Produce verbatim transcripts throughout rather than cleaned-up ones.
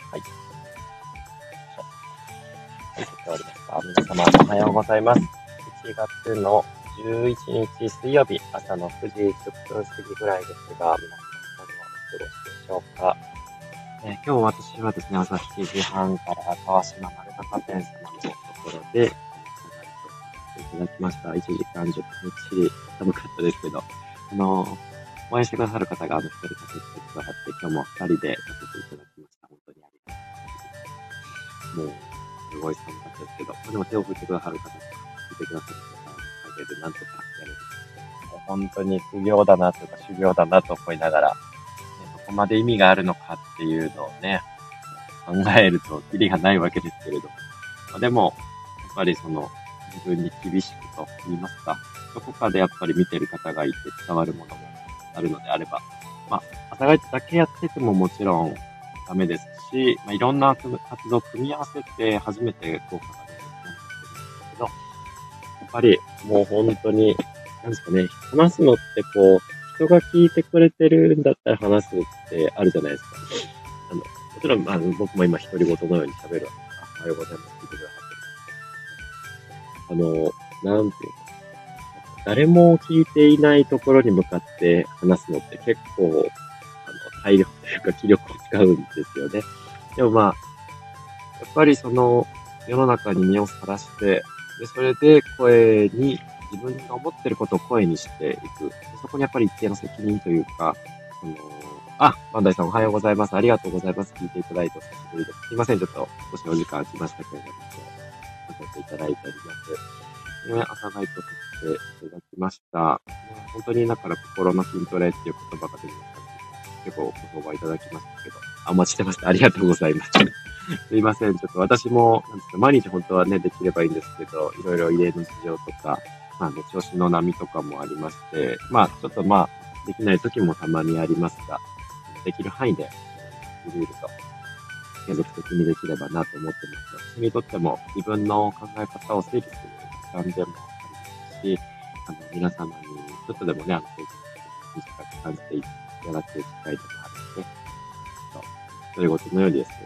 はい。はい、撮っておりますか。皆様おはようございます。いちがつのじゅういちにち水曜日、朝のくじじゅっぷん過ぎぐらいですが、皆様いかがお過ごしでしょうか。えー、今日私はですね、朝しちじはんから川島丸高店様のところで、いただきました。いちじかんじゅっぷん、きっちり寒かったですけど、あのー、応援してくださる方が、あの、一人駆けつけてくださって、今日も二人でさせていただきました。本当にありがとうございます。もう、すごい寒かったですけど、でも手を振ってくださる方とか、聞いてくださる方のおかげでなんとかやれる。もう本当に苦行だなというか修行だなと思いながら、ね、どこまで意味があるのかっていうのをね、考えるとキリがないわけですけれども。まあ、でも、やっぱりその、自分に厳しくと言いますか、どこかでやっぱり見てる方がいて伝わるものもあるのであれば、まあ、朝がいだけやっててももちろんダメですし、まあ、いろんな活動を組み合わせて初めて効果が出るものだと思うんですけど、やっぱりもう本当に、なんですかね、話すのってこう、人が聞いてくれてるんだったら話すってあるじゃないですか。あの、もちろん、あの、僕も今独り言のように喋るわけです。おはようございます。聞いてくださってる。あの、なんていうか、誰も聞いていないところに向かって話すのって結構、あの、体力というか気力を使うんですよね。でもまあ、やっぱりその、世の中に身をさらして、で、それで声に、自分が思ってることを声にしていく。そこにやっぱり一定の責任というか、その、あ、バンダイさんおはようございます。ありがとうございます。聞いていただいてお久しぶりです。すいません、ちょっと少しお時間空きましたけれども、させていただいております。ね、朝ガイドさせていただきました。ね、本当にだから心の筋トレっていう言葉が出てきたので、結構お言葉いただきましたけど、あ、お待ちしてました。ありがとうございます。すいません。ちょっと私も、なんですか、毎日本当はね、できればいいんですけど、いろいろ異例の事情とか、まあね、調子の波とかもありまして、まあ、ちょっとまあ、できない時もたまにありますが、できる範囲で、ゆるゆると継続的にできればなと思ってます。私にとっても自分の考え方を整理する時間でもありますし、あの、皆様にちょっとでもね、あの、短く感じていただく機会でもあるので、そういうことのようにですね、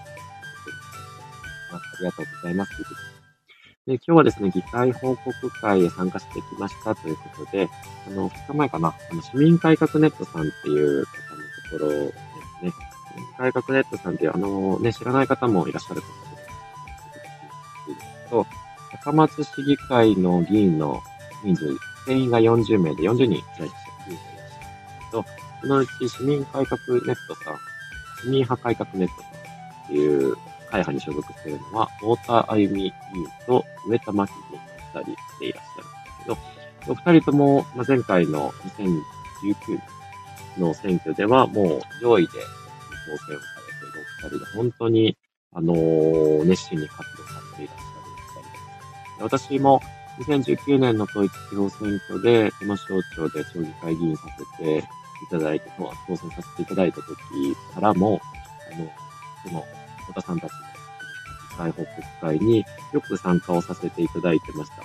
ありがとうございます。で、今日はですね、議会報告会へ参加してきましたということで、あの、ふつかまえかな、あの、市民改革ネットさんっていう方のところですね。市民改革ネットさんっていう、あの、ね、知らない方もいらっしゃるかもしれないですと、高松市議会の議員の人数、定員がよんじゅうめいでよんじゅうにんいらっしゃる議員がいらっしゃると、そのうち市民改革ネットさん、市民派改革ネットさんっていう会派に所属しているのは、太田あゆみ議員と上田真紀議員のふたりでいらっしゃるんですけど、お二人とも、まあ、前回のにせんじゅうきゅうねんの選挙ではもう上位で当選をされているお二人で、本当に、あのー、熱心に活動されていらっしゃるお二人です。私もにせんじゅうきゅうねんの統一地方選挙で、この省庁で町議会議員させていただいて、当選させていただいた時からも、あの、その、太田さんたちの議会報告会によく参加をさせていただいてました。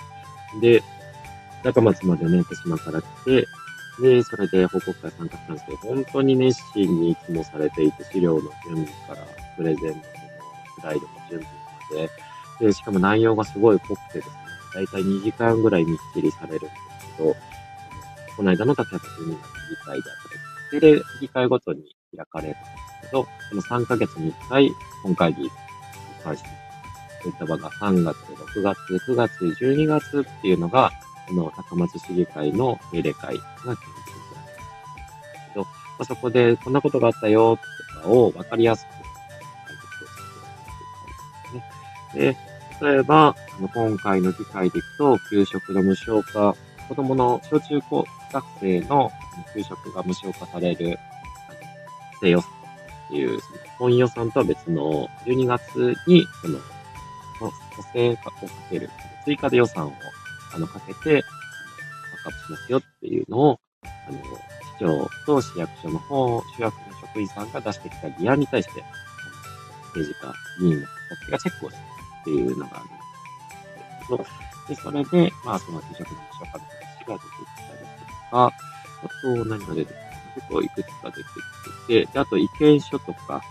で、高松までね、手島から来て、で、それで報告会参加したんですけど、本当に熱心にいつもされていて、資料の準備から、プレゼンのスライドの準備まで、で、しかも内容がすごい濃くてですね、だいたいにじかんぐらいみっちりされるんですけど、この間の立ちじゅうにがつ議会であったり、定例議会ごとに開かれるんですけど、そのさんかげつにいっかい本会議に関して、そういった場がさんがつ、ろくがつ、くがつ、じゅうにがつっていうのが、この高松市議会の定例会が基本的になってるんですけど、まあ、そこでこんなことがあったよとかを分かりやすく解説をしていくという会ですね。で、例えば、あの今回の議会でいくと、給食の無償化、子供の小中高学生の給食が無償化される、補正予算っていう、その本予算とは別のじゅうにがつに、その、補正をかける、追加で予算をあのかけて、バックアップしますよっていうのを、あの、市長と市役所の方、市役所の職員さんが出してきた議案に対して、政治家、議員の人たちがチェックをするっていうのがあるんですけど、で、それで、まあ、その給食の無償化の話が出てきたりとか、あと、何が出てきたかな、結構いくつか出てきてて、で、あと意見書とか、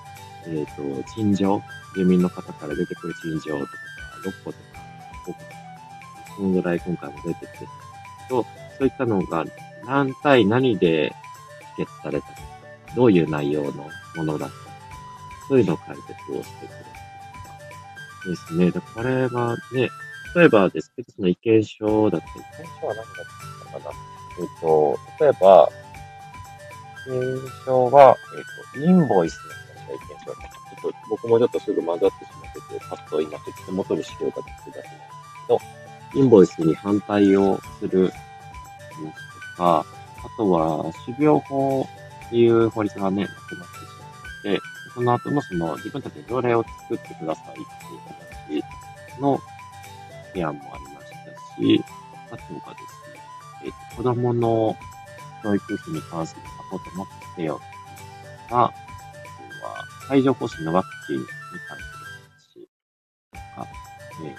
えっ、と、陳情、住民の方から出てくる陳情とかがろっことかごことか、そのぐらい今回も出てきてたと、そういったのが何対何で否決されたとか、どういう内容のものだったとか、そういうのを解説をしてくれるですね。だからこれがね、例えばですけど、その意見書だったり、意見書は何だったかな。えっ、と、例えば、意見書は、えっ、と、インボイスの話が意見書だった。ちょっと、僕もちょっとすぐ混ざってしまってて、パッと今、手元に資料が出て出せないんですけど、インボイスに反対をする話とか、あとは、種苗法っていう法律がね、なくなってしまって、その後のその自分たちで条例を作ってくださいっていう話の提案もありましたし、あとがですね、えっ、と、子供の教育費に関するサポートもしてよとか、あとは、帯状疱疹のワクチンに関する話とか、え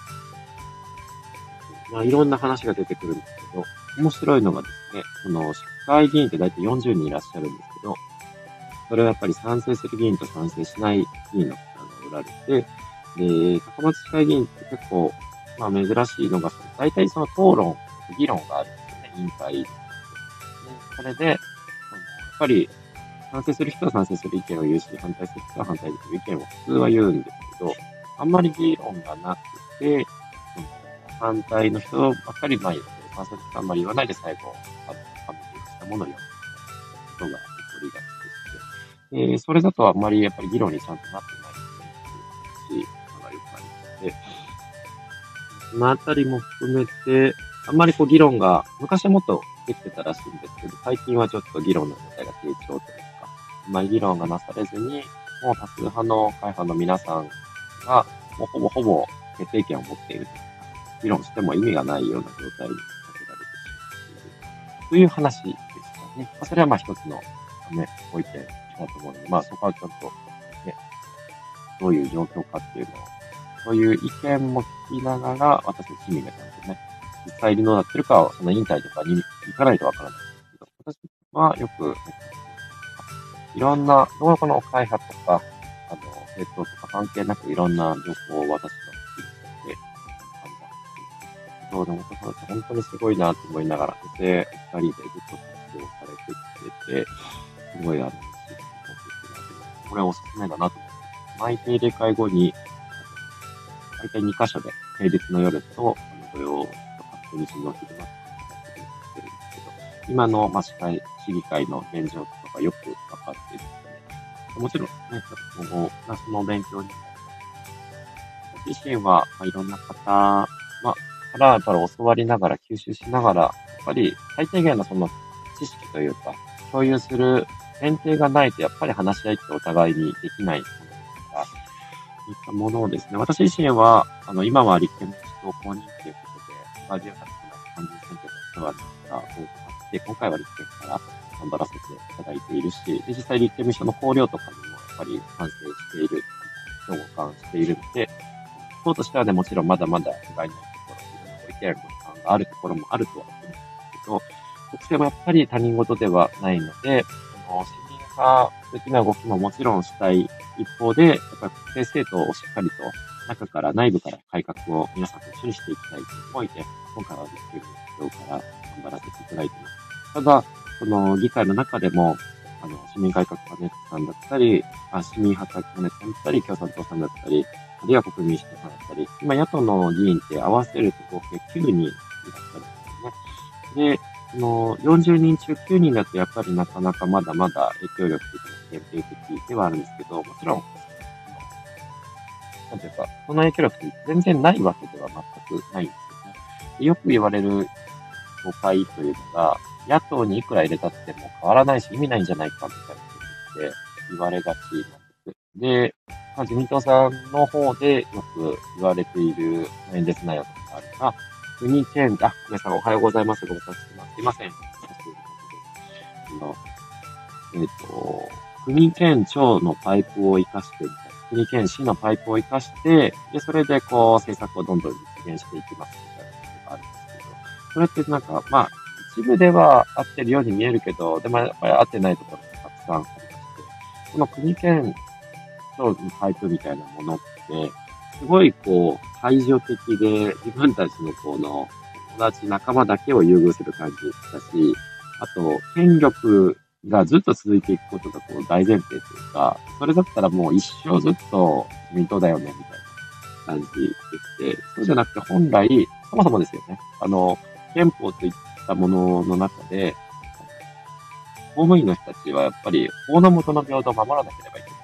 ーまあ、いろんな話が出てくるんですけど、面白いのがですね、その、市会議員って大体よんじゅうにんいらっしゃるんですけど、それはやっぱり賛成する議員と賛成しない議員の方がおられて、で、高松市会議員って結構、まあ珍しいのが、大体その討論、議論があるんですよね、委員会で。それで、そのやっぱり賛成する人は賛成する意見を言うし、反対する人は反対する意見を普通は言うんですけど、あんまり議論がなくて、その反対の人ばっかり前言って、賛成の人はあんまり言わないで最後、あの、ファミリーしたものを読むことが起こりがちでして、えー、それだとあんまりやっぱり議論にちゃんとなってないっていう話がよくありまして、そのあたりも含めて、あんまりこう議論が、昔はもっとできてたらしいんですけど、最近はちょっと議論の状態が低調というか、あんまり議論がなされずに、もう多数派の会派の皆さんが、もうほぼほぼ決定権を持っているというか、議論しても意味がないような状態にさせられてしまっているという話でしたね。まあ、それはまあ一つの、ね、ご意見だと思うので、まあそこはちょっと、ね、どういう状況かっていうのを、そういう意見も聞きながら、私たち市民がちゃんとね、実際にどうなってるかは、その委員会とかに行かないとわからないんですけど、私はよく、いろんな、どこの会派とか、あの、政党とか関係なくいろんな情報を私が聞いて、判断していく。そうでも、私本当にすごいなと思いながら、で、お二人でずっと活動されてきてて、すごいあの、これはおすすめだなと思って。毎定例会後に、大体に箇所で、平日の夜と、あの、土曜とか、土日の昼間とかやってるんですけど、今の、まあ、市会、市議会の現状とかよく分かっているので、もちろんね、今後、その勉強にも、私自身は、まあ、いろんな方、まあ、からやっぱり教わりながら、吸収しながら、やっぱり最低限のその知識というか、共有する前提がないと、やっぱり話し合いってお互いにできないものですから、そういったものをですね、私自身は、あの、今は立憲民主党公認ということで、同じような参議院選挙でお世話になった多くあって、今回は立憲から頑張らせていただいているし、で、実際立憲民主党の綱領とかにもやっぱり賛成している、共感しているので、党としてはね、もちろんまだまだ不甲斐ないところ、いろんなご意見、ご批判があるところもあるとは思うんですけど、国政もやっぱり他人事ではないので、その市民派的な動きももちろんしたい一方で、やっぱり国政政党をしっかりと中から内部から改革を皆さんと一緒にしていきたいという思いで、今回は立憲民主党から頑張らせていただいています。ただ、その議会の中でも、あの、市民改革パネルさんだったり、あ市民派パネルさんだったり、共産党さんだったり、あるいは国民主党さんだったり、今野党の議員って合わせると合計きゅうにんいらっしゃるんですよね。で、そのよんじゅうにん中きゅうにんだとやっぱりなかなかまだまだ影響力というのは限定的ではあるんですけど、もちろん、なんていうか、その影響力って全然ないわけでは全くないんですよね。でよく言われる誤解というのが、野党にいくら入れたっても変わらないし意味ないんじゃないかみたいなことって言われがちなんです。で、まあ、自民党さんの方でよく言われている演説内容とかがあるのが、国県、あ、皆さんおはようございます。ご無沙汰してます。すいません。あの、えっ、と、国県庁のパイプを活かしてみたいな、国県市のパイプを活かして、で、それでこう政策をどんどん実現していきますみたいなことがあるんですけど、それってなんか、まあ、一部では合ってるように見えるけど、でもやっぱり合ってないところがたくさんありまして、この国県のタイプみたいなものって、すごいこう、排除的で、自分たちのこの、友達、仲間だけを優遇する感じだし、あと、権力がずっと続いていくことがこう大前提というか、それだったらもう一生ずっと自民党だよね、みたいな感じでして、そうじゃなくて本来、そもそもですよね。あの、憲法といったものの中で、公務員の人たちはやっぱり法の下の平等を守らなければいけない。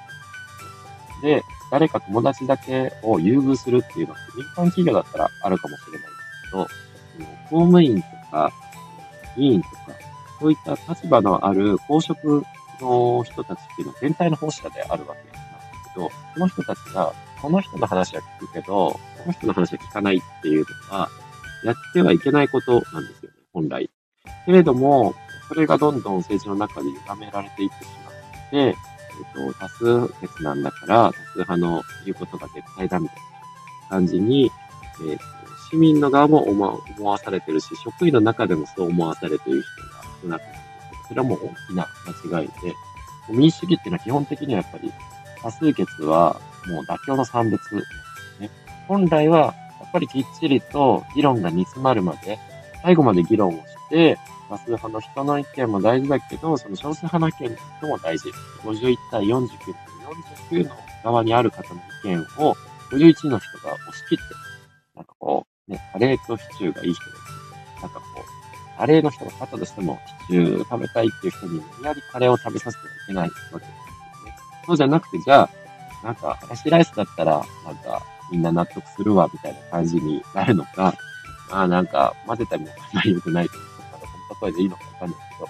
で、誰か友達だけを優遇するっていうのって民間企業だったらあるかもしれないんですけど、公務員とか議員とか、そういった立場のある公職の人たちっていうのは全体の奉仕者であるわけなんですけど、その人たちが、この人の話は聞くけど、この人の話は聞かないっていうのは、やってはいけないことなんですよね、本来。けれども、それがどんどん政治の中で歪められていってしまって、えっと、多数決なんだから、多数派の言うことが絶対だみたいな感じに、えっと、市民の側も思わされてるし、職員の中でもそう思わされている人が少なくなる。それはもう大きな間違いで、民主主義っていうのは基本的にはやっぱり多数決はもう妥協の産物なんですね。本来はやっぱりきっちりと議論が煮詰まるまで、最後まで議論をして、多数派の人の意見も大事だけど、その少数派の意見も大事。ごじゅういち対よんじゅうきゅう、よんじゅうきゅうの側にある方の意見をごじゅういちの人が押し切って、なんかこう、ね、カレーとシチューがいい人がいて、なんかこう、カレーの人が勝ったとしても、シチュー食べたいっていう人に無理やりカレーを食べさせてはいけないわけですよね。そうじゃなくて、じゃあ、なんか、ハヤシライスだったら、なんか、みんな納得するわ、みたいな感じになるのか、まあなんか、混ぜたりもあんまり良くないというか、この例えでいいのかわかんないけど、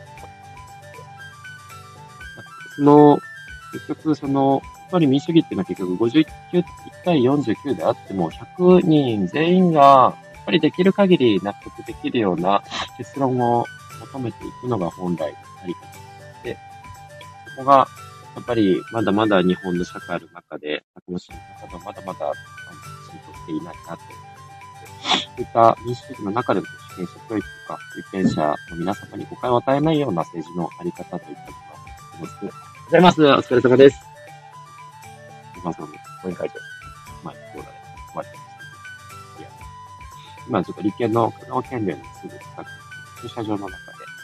その、結局、その、やっぱり民主主義っていうのは結局ごじゅうきゅう対よんじゅうきゅうであっても、ひゃくにん全員が、やっぱりできる限り納得できるような結論を求めていくのが本来のあり方で、そこが、やっぱりまだまだ日本の社会の中で、たくましい中ではまだまだ、あの、浸透していないなと。そういった民主主義の中でも主権者教育とか、有権者の皆様に誤解を与えないような政治のあり方といったものを、よろしくございます。お疲れ様です。今さんも、講演会長、まあ、どうだね。まあ、いや、今ちょっと立憲の香川県連のすぐ近く、駐車場の中で、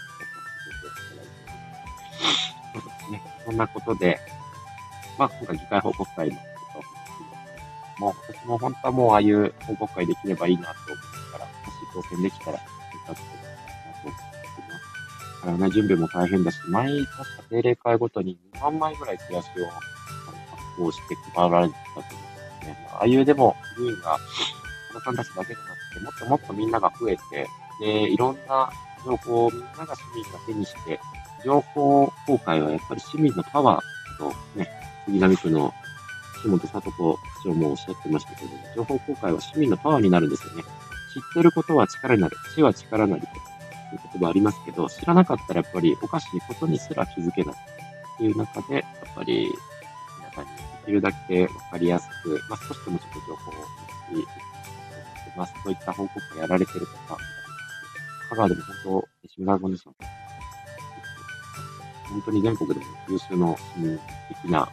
そうですね。そんなことで、まあ、今回議会報告会のこともう、私も本当はもうああいう報告会できればいいなと思ったから、もし当選できたら、よかったなと思っています。だからね、準備も大変だし、毎、確か定例会ごとににまんまいぐらいチラシを発行して配られてたと思うんですね。まあ、ああいうでも、議員が、皆さんたちだけじゃなくて、もっともっとみんなが増えて、で、いろんな情報をみんなが市民が手にして、情報公開はやっぱり市民のパワーとね、杉並区の岸本聡子区長もおっしゃってましたけど、情報公開は市民のパワーになるんですよね。知ってることは力になる。知は力なりという言葉ありますけど、知らなかったらやっぱりおかしいことにすら気づけないっていう中で、やっぱり皆さんにできるだけわかりやすく、まあ、少しでもちょっと情報を見つけます。そういった報告がやられてる方、香川でも本当、西村コンディション、本当に全国でも優秀の市民的な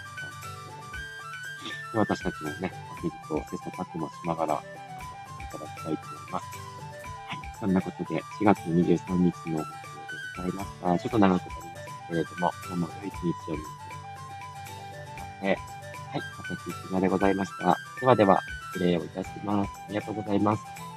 で私たちもね、日々と切磋琢磨しながら、いただきたいと思います。はい。そんなことで、しがつにじゅうさんにちの放送でございました。ちょっと長くなりましたけれども、今日も良い一日を見ていただきまして、はい。また一日でございました。ではでは、失礼をいたします。ありがとうございます。